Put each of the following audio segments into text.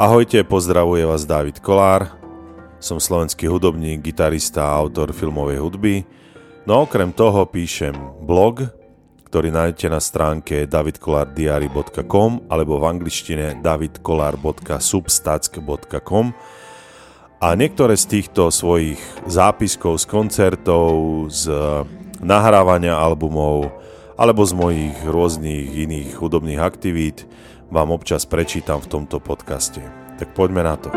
Ahojte, pozdravuje vás David Kolár. Som slovenský hudobník, gitarista a autor filmovej hudby. No okrem toho píšem blog, ktorý nájdete na stránke davidkolardiary.com alebo v angličtine davidkolar.substatsk.com. A niektoré z týchto svojich zápiskov z koncertov, z nahrávania albumov alebo z mojich rôznych iných hudobných aktivít vám občas prečítam v tomto podcaste. Tak poďme na to.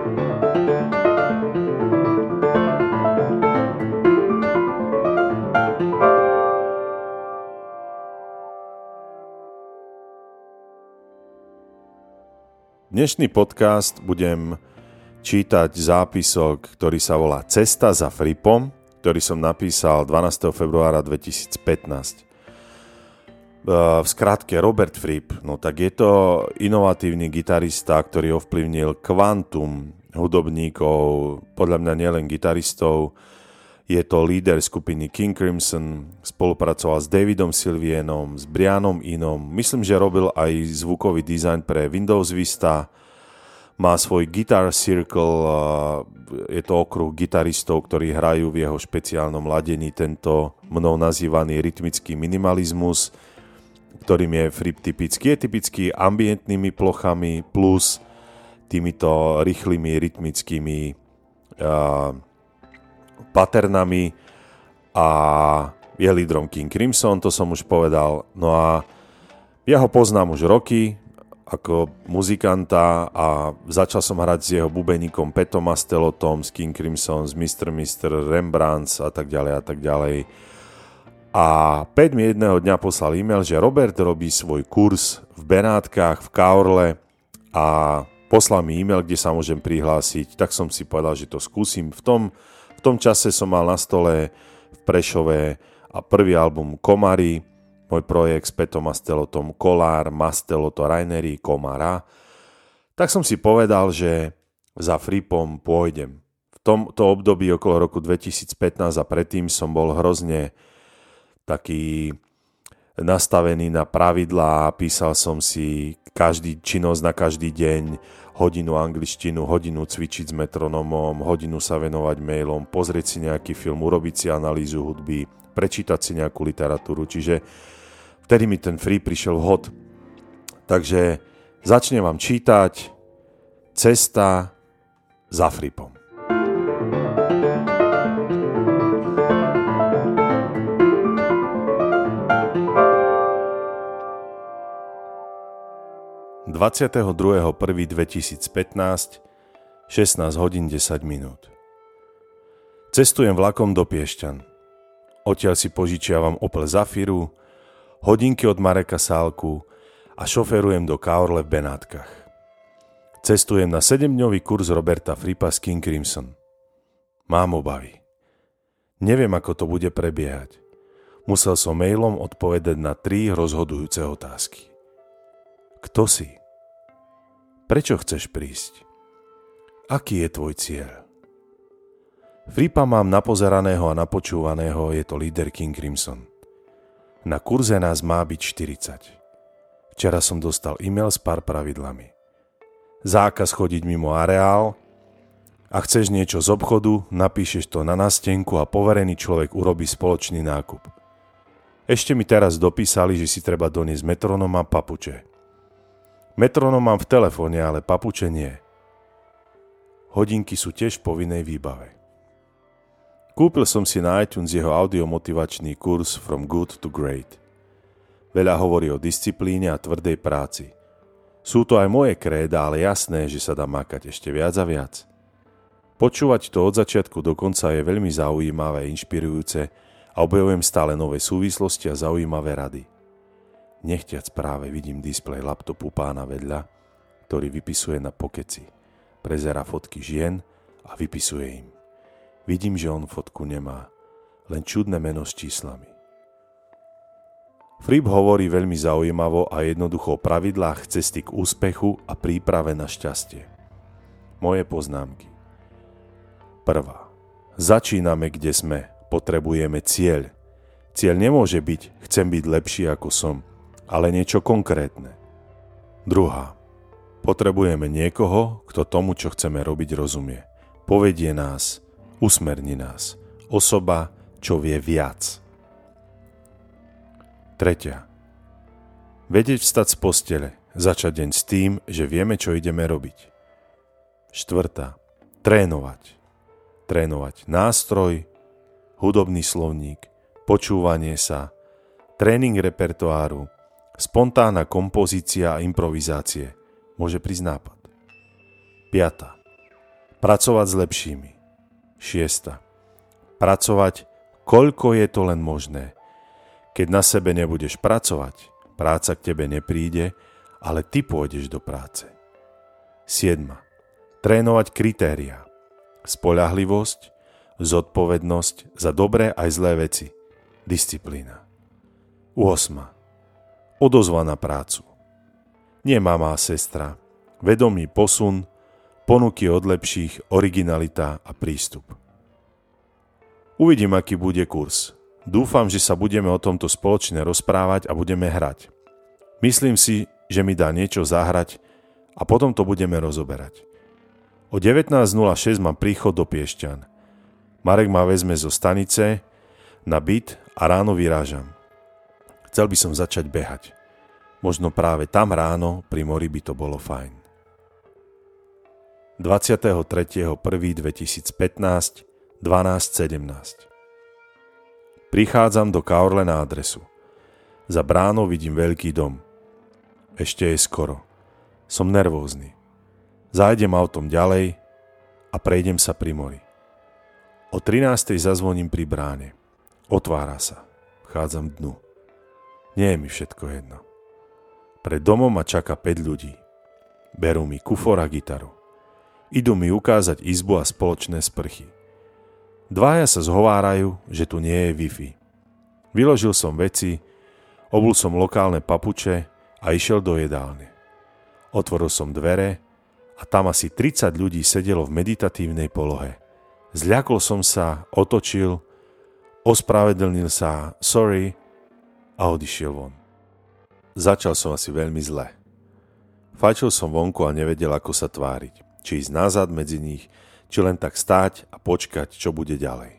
Dnešný podcast budem čítať zápisok, ktorý sa volá Cesta za Frippom, ktorý som napísal 12. februára 2015. V skratke Robert Fripp, no tak je to inovatívny gitarista, ktorý ovplyvnil kvantum hudobníkov, podľa mňa nielen gitaristov. Je to líder skupiny King Crimson, spolupracoval s Davidom Sylvianom, s Brianom Inom, myslím, že robil aj zvukový dizajn pre Windows Vista, má svoj Guitar Circle, je to okruh gitaristov, ktorí hrajú v jeho špeciálnom ladení tento mnou nazývaný rytmický minimalizmus, ktorým je Fripp typický. Je typický ambientnými plochami plus týmito rýchlymi rytmickými patternami a je lídrom King Crimson, to som už povedal. No a ja ho poznám už roky ako muzikanta a začal som hrať s jeho bubeníkom Petom Mastelotom, s King Crimson, s Mr. Rembrandts a tak ďalej a tak ďalej. A Pet mi jedného dňa poslal e-mail, že Robert robí svoj kurz v Benátkach, v Kaorle a poslal mi e-mail, kde sa môžem prihlásiť. Tak som si povedal, že to skúsim. V tom čase som mal na stole v Prešove a prvý album Komary, môj projekt s Petom Mastelotom Kolár, Masteloto, Raineri, Komara. Tak som si povedal, že za Frippom pôjdem. V tomto období okolo roku 2015 a predtým som bol hrozne taký nastavený na pravidlá, písal som si každý činnosť na každý deň, hodinu angličtinu, hodinu cvičiť s metronomom, hodinu sa venovať mailom, pozrieť si nejaký film, urobiť si analýzu hudby, prečítať si nejakú literatúru, čiže vtedy mi ten Fripp prišiel vhod. Takže začnem vám čítať Cesta za Frippom. ...22.1.2015, 16 hodín 10 minút. Cestujem vlakom do Piešťan. Odtiaľ si požičiavam Opel Zafiru, hodinky od Mareka Sálku a šoférujem do Kaorle v Benátkach. Cestujem na 7-dňový kurz Roberta Frippa z King Crimson. Mám obavy. Neviem, ako to bude prebiehať. Musel som mailom odpovedať na 3 rozhodujúce otázky. Kto si? Prečo chceš prísť? Aký je tvoj cieľ? Frippa mám napozeraného a napočúvaného, je to líder King Crimson. Na kurze nás má byť 40. Včera som dostal e-mail s pár pravidlami. Zákaz chodiť mimo areál. Ak chceš niečo z obchodu, napíšeš to na nástenku a poverený človek urobí spoločný nákup. Ešte mi teraz dopísali, že si treba doniesť metronom a papuče. Metronom mám v telefóne, ale papuče nie. Hodinky sú tiež v povinnej výbave. Kúpil som si na iTunes jeho audiomotivačný kurz From Good to Great. Veľa hovorí o disciplíne a tvrdej práci. Sú to aj moje kréda, ale jasné, že sa dá makať ešte viac a viac. Počúvať to od začiatku do konca je veľmi zaujímavé, inšpirujúce a objavujem stále nové súvislosti a zaujímavé rady. Nechtiac práve vidím displej laptopu pána vedľa, ktorý vypisuje na pokeci. Prezerá fotky žien a vypisuje im. Vidím, že on fotku nemá, len čudné meno s číslami. Fripp hovorí veľmi zaujímavo a jednoducho o pravidlách cesty k úspechu a príprave na šťastie. Moje poznámky. 1. Začíname, kde sme. Potrebujeme cieľ. Cieľ nemôže byť, chcem byť lepší ako som, ale niečo konkrétne. 2. Potrebujeme niekoho, kto tomu, čo chceme robiť, rozumie. Povedie nás, usmerní nás. Osoba, čo vie viac. 3. Vedieť vstať z postele, začať deň s tým, že vieme, čo ideme robiť. 4. Trénovať. Trénovať nástroj, hudobný slovník, počúvanie sa, tréning repertoáru, spontánna kompozícia a improvizácie. Môže prísť nápad. 5. Pracovať s lepšími. 6. Pracovať, koľko je to len možné. Keď na sebe nebudeš pracovať, práca k tebe nepríde, ale ty pôjdeš do práce. 7. Trénovať kritériá. Spoľahlivosť, zodpovednosť za dobré aj zlé veci. Disciplína. 8. Odozva na prácu. Nie mama a sestra. Vedomý posun, ponuky od lepších, originalita a prístup. Uvidím, aký bude kurz. Dúfam, že sa budeme o tomto spoločne rozprávať a budeme hrať. Myslím si, že mi dá niečo zahrať a potom to budeme rozoberať. O 19.06 mám príchod do Piešťan. Marek ma vezme zo stanice na byt a ráno vyrážam. Chcel by som začať behať. Možno práve tam ráno pri mori by to bolo fajn. 23.1.2015 12.17. Prichádzam do Kaorle na adresu. Za bránou vidím veľký dom. Ešte je skoro. Som nervózny. Zájdem autom ďalej a prejdem sa pri mori. O 13.00 zazvoním pri bráne. Otvára sa. Vchádzam dnu. Nie je mi všetko jedno. Pred domom ma čaká 5 ľudí. Berú mi kufor a gitaru. Idú mi ukázať izbu a spoločné sprchy. 2 sa zhovárajú, že tu nie je Wi-Fi. Vyložil som veci, obul som lokálne papuče a išiel do jedálne. Otvoril som dvere a tam asi 30 ľudí sedelo v meditatívnej polohe. Zľakol som sa, otočil, ospravedlnil sa, sorry, a odišiel von. Začal som asi veľmi zle. Fajčil som vonku a nevedel, ako sa tváriť. Či ísť nazad medzi nich, či len tak stáť a počkať, čo bude ďalej.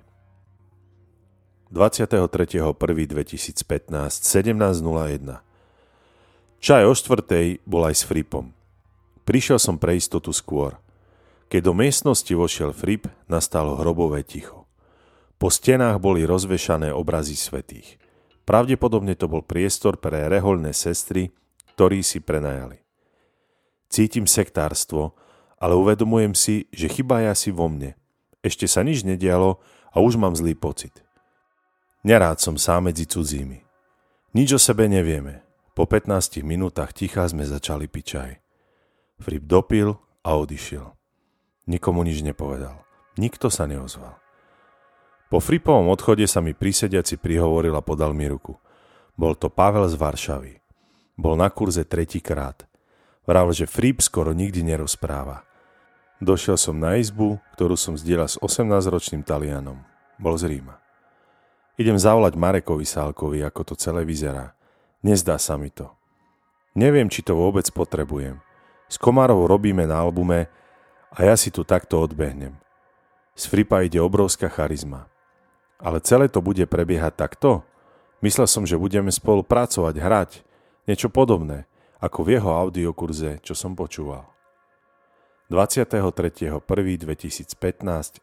23.1.2015 17.01. Čaj o 4:00 bol aj s Fripom. Prišiel som pre istotu skôr. Keď do miestnosti vošiel Frip, nastalo hrobové ticho. Po stenách boli rozvešané obrazy svätých. Pravdepodobne to bol priestor pre rehoľné sestry, ktorí si prenajali. Cítim sektárstvo, ale uvedomujem si, že chyba je asi vo mne. Ešte sa nič nedialo a už mám zlý pocit. Nerád som sám medzi cudzími. Nič o sebe nevieme. Po 15 minútach ticha sme začali piť čaj. Frip dopil a odišiel. Nikomu nič nepovedal. Nikto sa neozval. Po Fripovom odchode sa mi prísediaci prihovoril a podal mi ruku. Bol to Pavel z Varšavy. Bol na kurze 3. krát. Vravel, že Frip skoro nikdy nerozpráva. Došiel som na izbu, ktorú som zdieľal s 18-ročným Talianom. Bol z Ríma. Idem zavolať Marekovi Sálkovi, ako to celé vyzerá. Nezdá sa mi to. Neviem, či to vôbec potrebujem. S Komárov robíme na albume a ja si tu takto odbehnem. Z Fripa ide obrovská charizma. Ale celé to bude prebiehať takto? Myslel som, že budeme spolu pracovať, hrať. Niečo podobné, ako v jeho audiokurze, čo som počúval. 23.1.2015 20.07.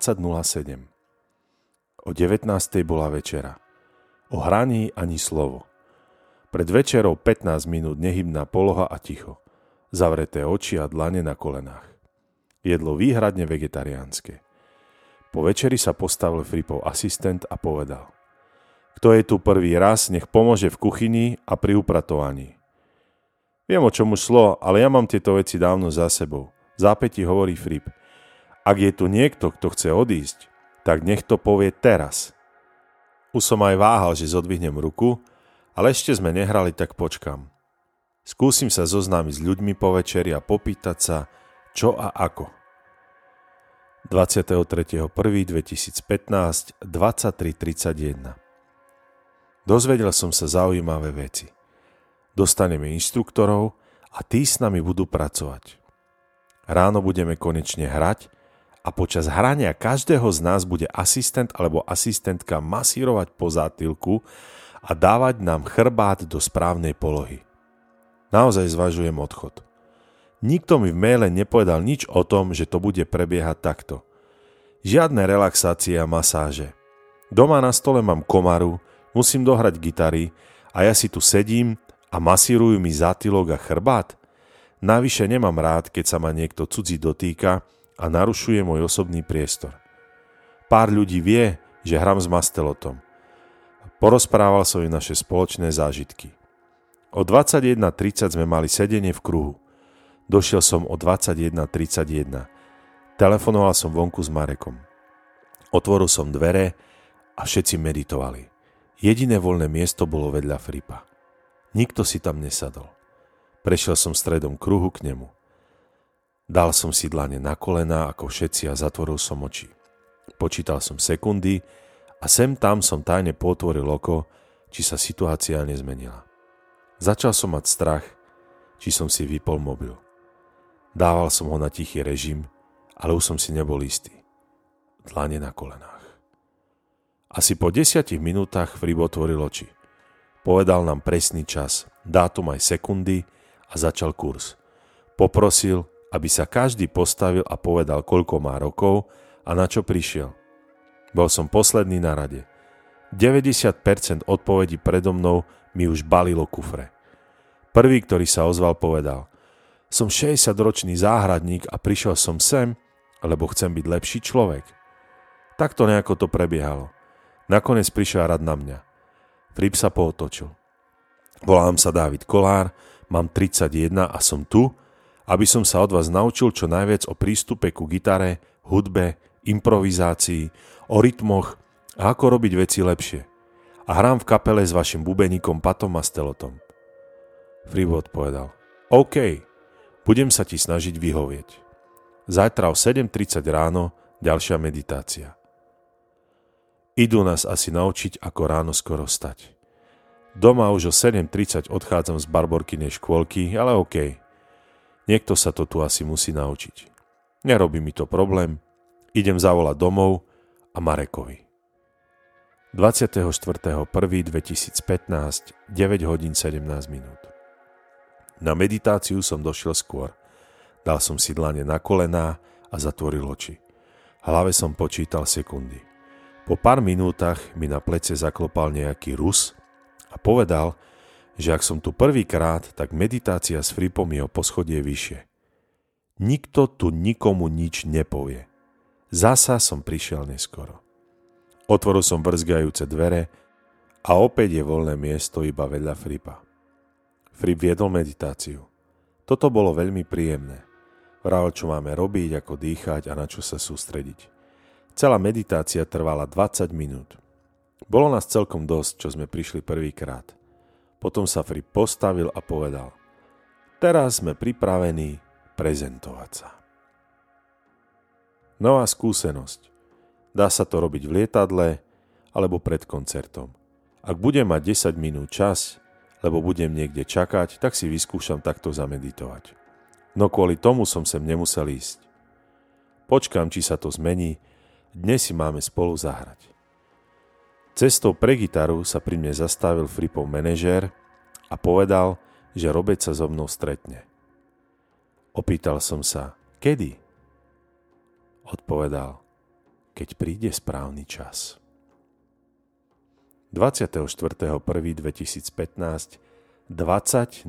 O 19.00 bola večera. O hraní ani slovo. Pred večerou 15 minút nehybná poloha a ticho. Zavreté oči a dlane na kolenách. Jedlo výhradne vegetariánske. Po večeri sa postavil Fripov asistent a povedal: Kto je tu prvý raz, nech pomôže v kuchyni a pri upratovaní. Viem, o čom už šlo, ale ja mám tieto veci dávno za sebou. V zápäti hovorí Frip: Ak je tu niekto, kto chce odísť, tak nech to povie teraz. Už som aj váhal, že zodvihnem ruku, ale ešte sme nehrali, tak počkam. Skúsim sa zoznámiť s ľuďmi po večeri a popýtať sa, čo a ako. 23.1.2015 23.31. Dozvedel som sa zaujímavé veci. Dostaneme inštruktorov a tí s nami budú pracovať. Ráno budeme konečne hrať a počas hrania každého z nás bude asistent alebo asistentka masírovať po zátylku a dávať nám chrbát do správnej polohy. Naozaj zvažujem odchod. Nikto mi v maile nepovedal nič o tom, že to bude prebiehať takto. Žiadne relaxácie a masáže. Doma na stole mám komaru, musím dohrať gitary a ja si tu sedím a masírujú mi zátylok a chrbát. Navyše nemám rád, keď sa ma niekto cudzí dotýka a narušuje môj osobný priestor. Pár ľudí vie, že hram s Mastelotom. Porozprával som im naše spoločné zážitky. O 21:30 sme mali sedenie v kruhu. Došiel som o 21:31. Telefonoval som vonku s Marekom. Otvoril som dvere a všetci meditovali. Jediné voľné miesto bolo vedľa Fripa. Nikto si tam nesadol. Prešiel som stredom kruhu k nemu. Dal som si dlane na kolená ako všetci a zatvoril som oči. Počítal som sekundy a sem tam som tajne potvoril oko, či sa situácia nezmenila. Začal som mať strach, či som si vypol mobil. Dával som ho na tichý režim, ale už som si nebol istý. Dlane na kolenách. Asi po 10 minútach Frip otvoril oči. Povedal nám presný čas, dátum aj sekundy a začal kurz. Poprosil, aby sa každý postavil a povedal, koľko má rokov a na čo prišiel. Bol som posledný na rade. 90% odpovedí predo mnou mi už balilo kufre. Prvý, ktorý sa ozval, povedal: som 60-ročný záhradník a prišiel som sem, lebo chcem byť lepší človek. Takto nejako to prebiehalo. Nakoniec prišiel rad na mňa. Frip sa pootočil. Volám sa Dávid Kolár, mám 31 a som tu, aby som sa od vás naučil čo najviac o prístupe ku gitare, hudbe, improvizácii, o rytmoch a ako robiť veci lepšie. A hrám v kapele s vašim bubeníkom Patom Mastelotom. Frip odpovedal: OK, budem sa ti snažiť vyhovieť. Zajtra o 7:30 ráno ďalšia meditácia. Idú nás asi naučiť, ako ráno skoro stať. Doma už o 7:30 odchádzam z Barborkynej škôlky, ale OK. Niekto sa to tu asi musí naučiť. Nerobí mi to problém. Idem zavolať domov a Marekovi. 24.1.2015, 9 hodín 17 minút. Na meditáciu som došiel skôr. Dal som si dlane na kolená a zatvoril oči. V hlave som počítal sekundy. Po pár minútach mi na plece zaklopal nejaký Rus a povedal, že ak som tu prvýkrát, tak meditácia s Fripom je o poschodie vyššie. Nikto tu nikomu nič nepovie. Zasa som prišiel neskoro. Otvoril som brzgajúce dvere a opäť je voľné miesto iba vedľa Fripa. Frip viedol meditáciu. Toto bolo veľmi príjemné. Vravel, čo máme robiť, ako dýchať a na čo sa sústrediť. Celá meditácia trvala 20 minút. Bolo nás celkom dosť, čo sme prišli prvýkrát. Potom sa Frip postavil a povedal: teraz sme pripravení prezentovať sa. Nová skúsenosť. Dá sa to robiť v lietadle alebo pred koncertom. Ak budem mať 10 minút čas, lebo budem niekde čakať, tak si vyskúšam takto zameditovať. No kvôli tomu som sem nemusel ísť. Počkám, či sa to zmení, dnes si máme spolu zahrať. Cestou pre gitaru sa pri mne zastavil Fripov manažér a povedal, že Robec sa so mnou stretne. Opýtal som sa, kedy? Odpovedal, keď príde správny čas. 24.1.2015, 20.02.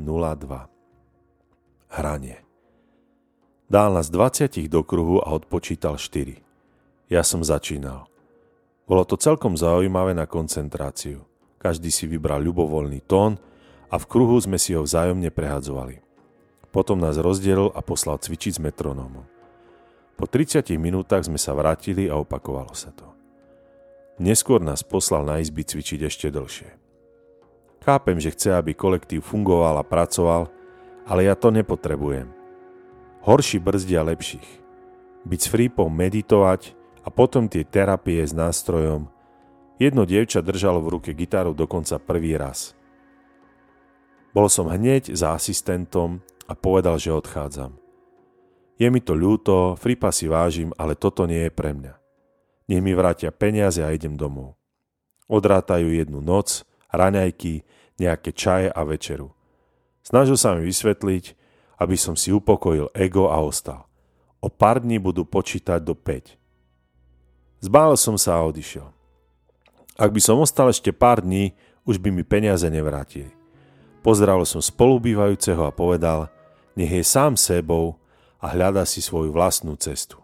Hranie. Dal nás 20 do kruhu a odpočítal 4. Ja som začínal. Bolo to celkom zaujímavé na koncentráciu. Každý si vybral ľubovoľný tón a v kruhu sme si ho vzájomne prehadzovali. Potom nás rozdielil a poslal cvičiť s metronómom. Po 30 minútach sme sa vrátili a opakovalo sa to. Neskôr nás poslal na izby cvičiť ešte dlhšie. Chápem, že chce, aby kolektív fungoval a pracoval, ale ja to nepotrebujem. Horší brzdia lepších. Byť s Fripom, meditovať a potom tie terapie s nástrojom. Jedno dievča držalo v ruke gitaru dokonca prvý raz. Bol som hneď za asistentom a povedal, že odchádzam. Je mi to ľúto, Fripa si vážim, ale toto nie je pre mňa. Nech mi vrátia peniaze a idem domov. Odrátajú jednu noc, raňajky, nejaké čaje a večeru. Snažil sa mi vysvetliť, aby som si upokojil ego a ostal. O pár dní budú počítať do 5. Zbálil som sa a odišiel. Ak by som ostal ešte pár dní, už by mi peniaze nevrátili. Pozdravil som spolubývajúceho a povedal, nech je sám sebou a hľadá si svoju vlastnú cestu.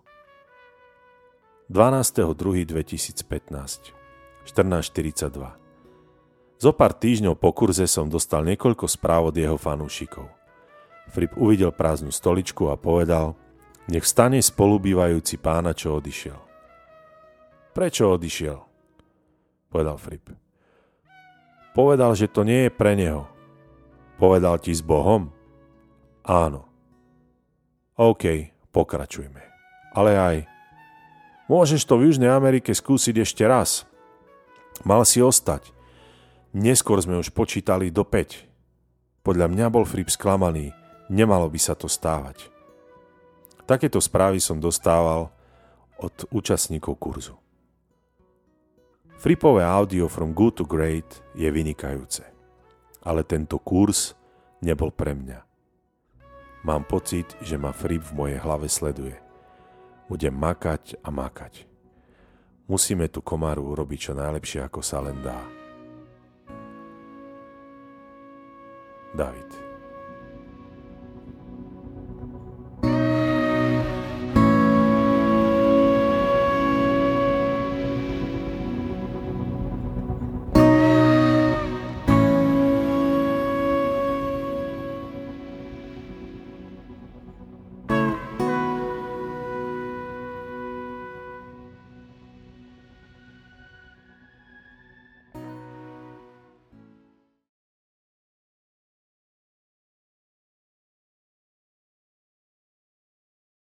12.2.2015 14.42 Zo pár týždňov po kurze som dostal niekoľko správ od jeho fanúšikov. Frip uvidel prázdnu stoličku a povedal, nech vstane spolubývajúci pána, čo odišiel. Prečo odišiel? Povedal Frip. Povedal, že to nie je pre neho. Povedal ti s Bohom? Áno. OK, pokračujme. Ale aj, môžeš to v Južnej Amerike skúsiť ešte raz. Mal si ostať. Neskôr sme už počítali do 5. Podľa mňa bol Frip sklamaný. Nemalo by sa to stávať. Takéto správy som dostával od účastníkov kurzu. Fripové audio From Good to Great je vynikajúce. Ale tento kurz nebol pre mňa. Mám pocit, že ma Frip v mojej hlave sleduje. Budem makať a makať. Musíme tú komáru urobiť čo najlepšie, ako sa len dá. David.